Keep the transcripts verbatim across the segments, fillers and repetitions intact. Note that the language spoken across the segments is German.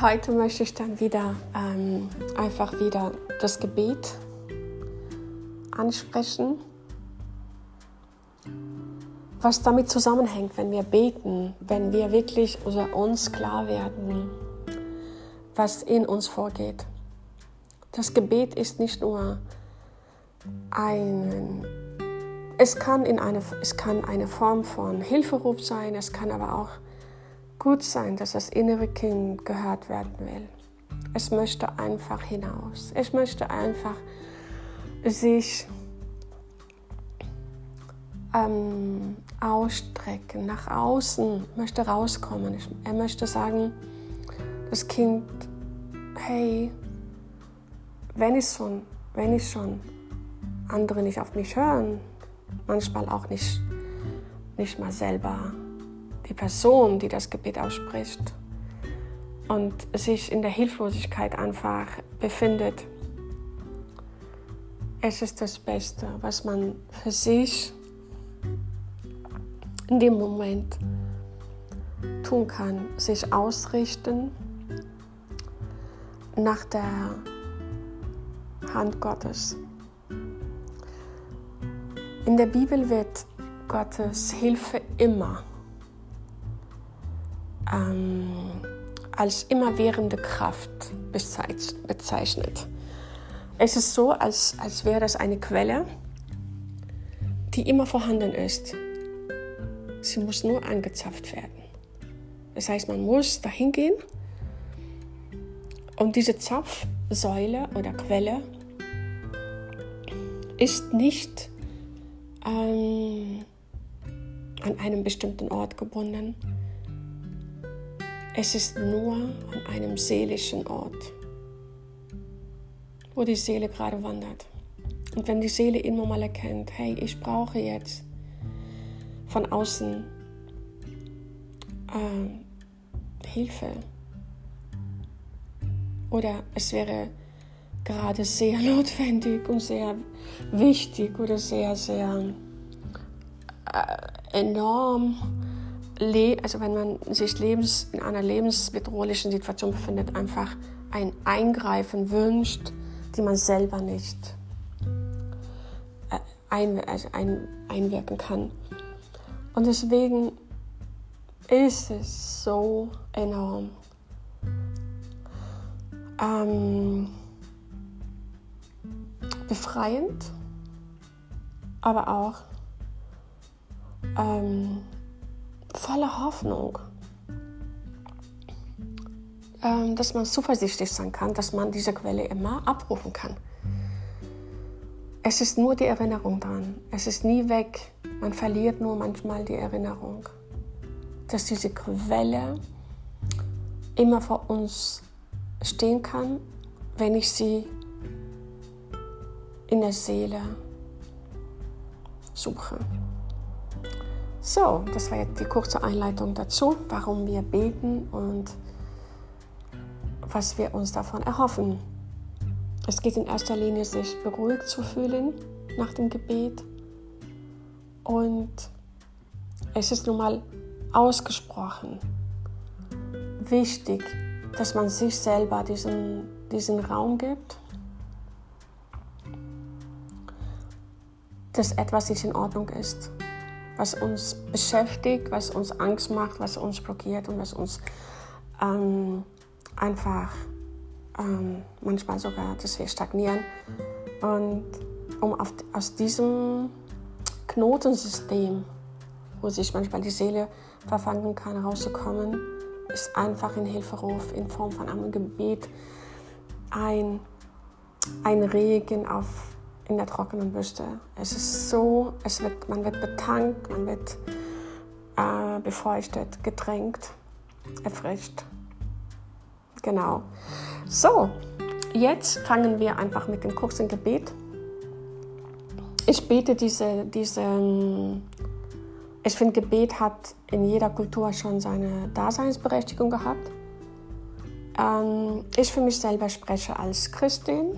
Heute möchte ich dann wieder ähm, einfach wieder das Gebet ansprechen, was damit zusammenhängt, wenn wir beten, wenn wir wirklich über uns klar werden, was in uns vorgeht. Das Gebet ist nicht nur ein, es kann, in eine, es kann eine Form von Hilferuf sein, es kann aber auch gut sein, dass das innere Kind gehört werden will. Es möchte einfach hinaus. Es möchte einfach sich ähm, ausstrecken, nach außen, möchte rauskommen. Er möchte sagen, das Kind, hey, wenn ich schon, wenn ich schon andere nicht auf mich hören, manchmal auch nicht, nicht mal selber die Person, die das Gebet ausspricht und sich in der Hilflosigkeit einfach befindet. Es ist das Beste, was man für sich in dem Moment tun kann, sich ausrichten nach der Hand Gottes. In der Bibel wird Gottes Hilfe immer ähm, als immerwährende Kraft bezeichnet. Es ist so, als, als wäre das eine Quelle, die immer vorhanden ist. Sie muss nur angezapft werden. Das heißt, man muss dahin gehen und diese Zapfsäule oder Quelle ist nicht ähm, an einem bestimmten Ort gebunden. Es ist nur an einem seelischen Ort, wo die Seele gerade wandert. Und wenn die Seele immer mal erkennt, hey, ich brauche jetzt von außen äh, Hilfe, oder es wäre gerade sehr notwendig und sehr wichtig oder sehr, sehr äh, enorm, also wenn man sich lebens, in einer lebensbedrohlichen Situation befindet, einfach ein Eingreifen wünscht, die man selber nicht ein, also ein, einwirken kann. Und deswegen ist es so enorm ähm, befreiend, aber auch ähm, voller Hoffnung, ähm, dass man zuversichtlich sein kann, dass man diese Quelle immer abrufen kann. Es ist nur die Erinnerung dran. Es ist nie weg. Man verliert nur manchmal die Erinnerung, dass diese Quelle immer vor uns stehen kann, wenn ich sie in der Seele suche. So, das war jetzt die kurze Einleitung dazu, warum wir beten und was wir uns davon erhoffen. Es geht in erster Linie, sich beruhigt zu fühlen nach dem Gebet. Und es ist nun mal ausgesprochen wichtig, dass man sich selber diesen, diesen Raum gibt, dass etwas nicht in Ordnung ist, was uns beschäftigt, was uns Angst macht, was uns blockiert und was uns ähm, einfach ähm, manchmal sogar, dass wir stagnieren. Und um auf, aus diesem Knotensystem, wo sich manchmal die Seele verfangen kann, rauszukommen, ist einfach ein Hilferuf in Form von einem Gebet, ein, ein Regen auf in der trockenen Wüste. Es ist so, es wird, man wird betankt, man wird äh, befeuchtet, getränkt, erfrischt. Genau. So, jetzt fangen wir einfach mit dem kurzen Gebet. Ich bete diese, diese, ich finde, Gebet hat in jeder Kultur schon seine Daseinsberechtigung gehabt. Ähm, ich für mich selber spreche als Christin.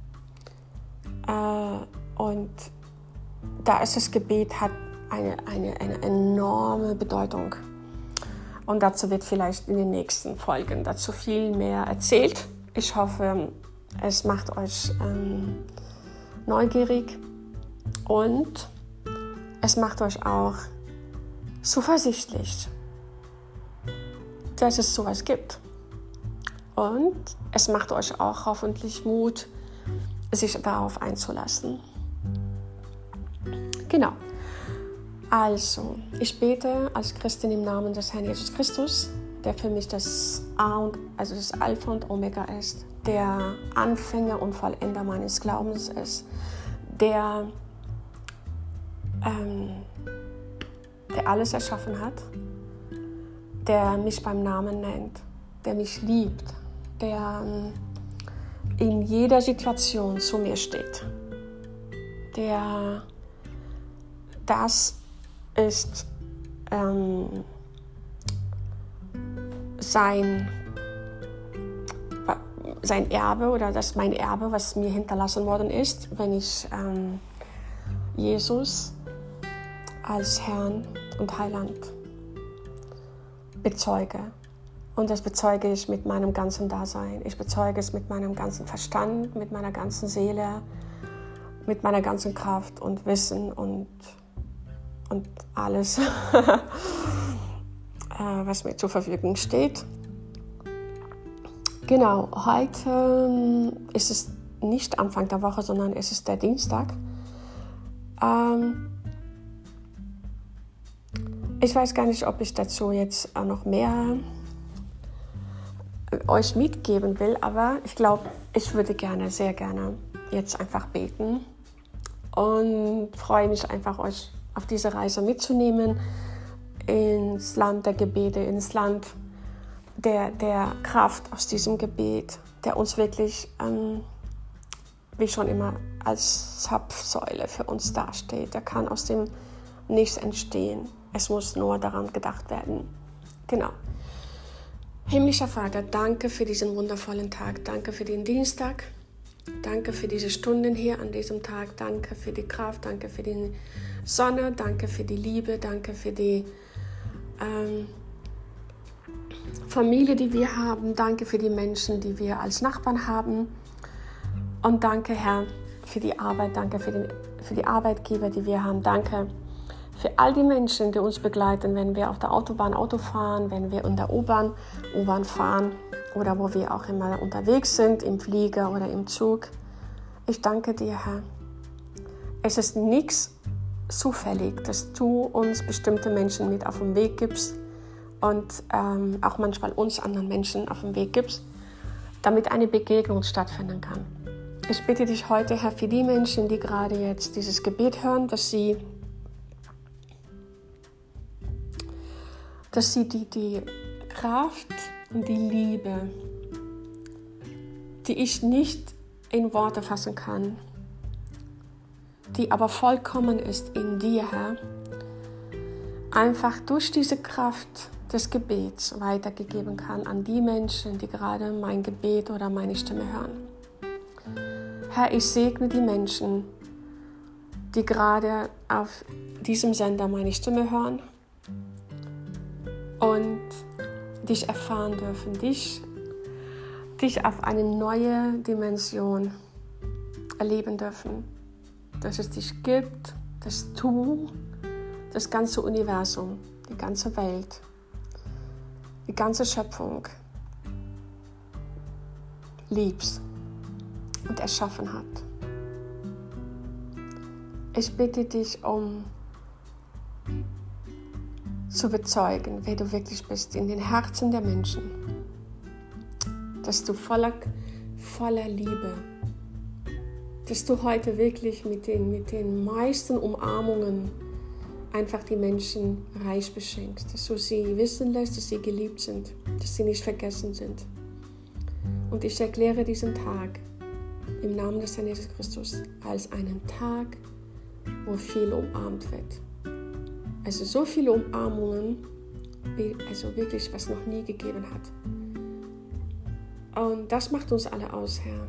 Äh, und da ist das Gebet hat eine, eine, eine enorme Bedeutung. Und dazu wird vielleicht in den nächsten Folgen dazu viel mehr erzählt. Ich hoffe, es macht euch ähm, neugierig und es macht euch auch zuversichtlich, dass es sowas gibt. Und es macht euch auch hoffentlich Mut, sich darauf einzulassen. Genau. Also, ich bete als Christin im Namen des Herrn Jesus Christus, der für mich das A und, also das Alpha und Omega ist, der Anfänger und Vollender meines Glaubens ist, der, ähm, der alles erschaffen hat, der mich beim Namen nennt, der mich liebt, der ähm, in jeder Situation zu mir steht, der das ist ähm, sein, sein Erbe oder das mein Erbe, was mir hinterlassen worden ist, wenn ich ähm, Jesus als Herrn und Heiland bezeuge. Und das bezeuge ich mit meinem ganzen Dasein. Ich bezeuge es mit meinem ganzen Verstand, mit meiner ganzen Seele, mit meiner ganzen Kraft und Wissen und, und alles, was mir zur Verfügung steht. Genau, heute ist es nicht Anfang der Woche, sondern es ist der Dienstag. Ähm, ich weiß gar nicht, ob ich dazu jetzt noch mehr euch mitgeben will, aber ich glaube, ich würde gerne, sehr gerne jetzt einfach beten und freue mich einfach, euch auf diese Reise mitzunehmen ins Land der Gebete, ins Land der, der Kraft aus diesem Gebet, der uns wirklich, ähm, wie schon immer, als Zapfsäule für uns dasteht. Der kann aus dem Nichts entstehen. Es muss nur daran gedacht werden. Genau. Himmlischer Vater, danke für diesen wundervollen Tag. Danke für den Dienstag. Danke für diese Stunden hier an diesem Tag. Danke für die Kraft. Danke für die Sonne. Danke für die Liebe. Danke für die ähm, Familie, die wir haben. Danke für die Menschen, die wir als Nachbarn haben. Und danke, Herr, für die Arbeit. Danke für, den, für die Arbeitgeber, die wir haben. Danke für all die Menschen, die uns begleiten, wenn wir auf der Autobahn Auto fahren, wenn wir in der U-Bahn U-Bahn fahren oder wo wir auch immer unterwegs sind, im Flieger oder im Zug. Ich danke dir, Herr. Es ist nichts zufällig, dass du uns bestimmte Menschen mit auf den Weg gibst und ähm, auch manchmal uns anderen Menschen auf den Weg gibst, damit eine Begegnung stattfinden kann. Ich bitte dich heute, Herr, für die Menschen, die gerade jetzt dieses Gebet hören, dass sie dass sie die, die Kraft und die Liebe, die ich nicht in Worte fassen kann, die aber vollkommen ist in dir, Herr, einfach durch diese Kraft des Gebets weitergegeben kann an die Menschen, die gerade mein Gebet oder meine Stimme hören. Herr, ich segne die Menschen, die gerade auf diesem Sender meine Stimme hören und dich erfahren dürfen, dich, dich auf eine neue Dimension erleben dürfen, dass es dich gibt, dass du das ganze Universum, die ganze Welt, die ganze Schöpfung liebst und erschaffen hat. Ich bitte dich um zu bezeugen, wer du wirklich bist in den Herzen der Menschen, dass du voller, voller Liebe, dass du heute wirklich mit den, mit den meisten Umarmungen einfach die Menschen reich beschenkst, dass du sie wissen lässt, dass sie geliebt sind, dass sie nicht vergessen sind. Und ich erkläre diesen Tag im Namen des Herrn Jesus Christus als einen Tag, wo viel umarmt wird. Also so viele Umarmungen, wie also wirklich was noch nie gegeben hat. Und das macht uns alle aus, Herr.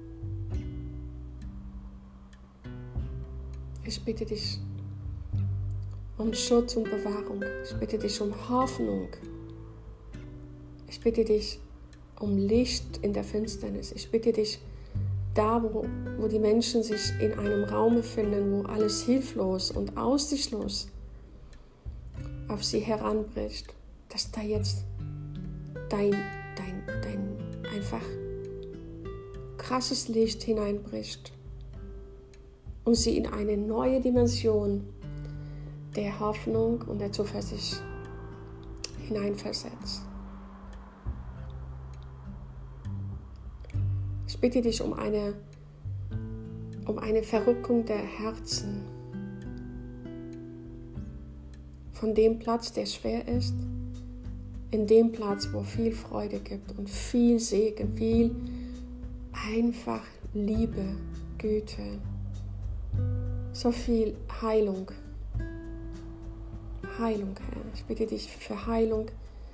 Ich bitte dich, um Schutz und Bewahrung. Ich bitte dich um Hoffnung. Ich bitte dich um Licht in der Finsternis. Ich bitte dich, da wo, wo die Menschen sich in einem Raum befinden, wo alles hilflos und aussichtslos auf sie heranbricht, dass da jetzt dein, dein, dein einfach krasses Licht hineinbricht und sie in eine neue Dimension der Hoffnung und der Zuversicht hineinversetzt. Ich bitte dich um eine, um eine Verrückung der Herzen von dem Platz, der schwer ist, in dem Platz, wo viel Freude gibt und viel Segen, viel einfach Liebe, Güte, so viel Heilung. Heilung, Herr. Ich bitte dich für Heilung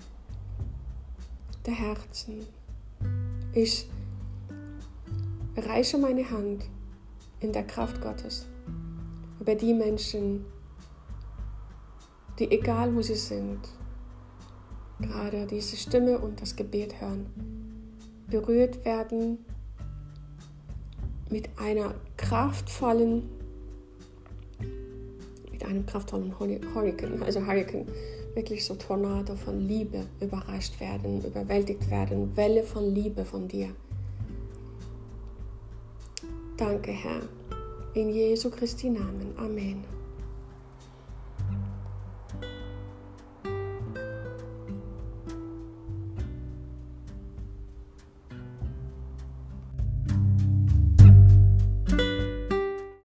der Herzen. Ich reiche meine Hand in der Kraft Gottes über die Menschen, die, egal wo sie sind, gerade diese Stimme und das Gebet hören, berührt werden mit einer kraftvollen, mit einem kraftvollen Hurrikan, also Hurrikan, wirklich so Tornado von Liebe überrascht werden, überwältigt werden, Welle von Liebe von dir. Danke, Herr. In Jesu Christi Namen. Amen.